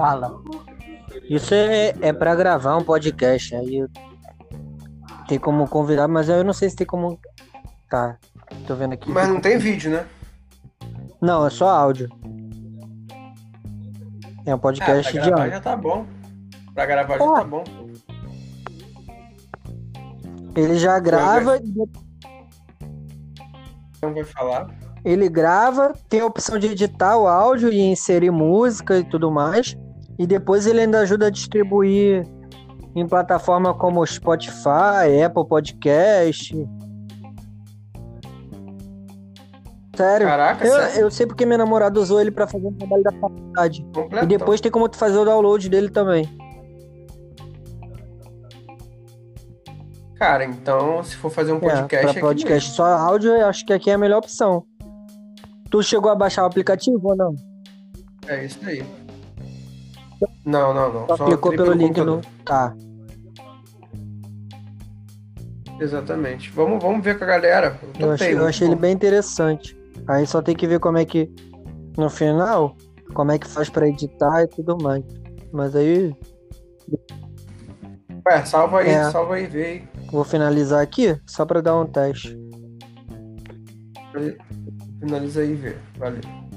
Fala. Isso é pra gravar um podcast. Aí tem como convidar, mas eu não sei se tem como. Tá. Tô vendo aqui. Mas não tem vídeo, né? Não, é só áudio. É um Ah, pra podcast de gravar áudio. já tá bom. Pra gravar já tá É. bom. Ele já Vai, grava, não vai falar. ele grava, tem a opção de editar o áudio e inserir música e tudo mais. E depois ele ainda ajuda a distribuir em plataforma como Spotify, Apple Podcast. Sério. Caraca, Eu, sério? eu sei porque minha namorada usou ele pra fazer um trabalho da faculdade. E Completão. depois tem como tu fazer o download dele também. Cara, então se for fazer um Pra podcast é aqui podcast mesmo. só áudio, eu acho que aqui é a melhor opção. Tu chegou a baixar o aplicativo ou não? É isso aí. Não, não, não. Só Só clicou entrei pelo pelo link no. computador. Tá. Exatamente. Vamos ver com a galera. Eu Eu achei, topei, eu muito achei ele bom. bem interessante. Aí só tem que ver como é que, no final, como é que faz pra editar e tudo mais. Mas aí, Ué, é, salva aí, vê vou finalizar aqui só pra dar um teste. aí. Finaliza aí e vê. Valeu.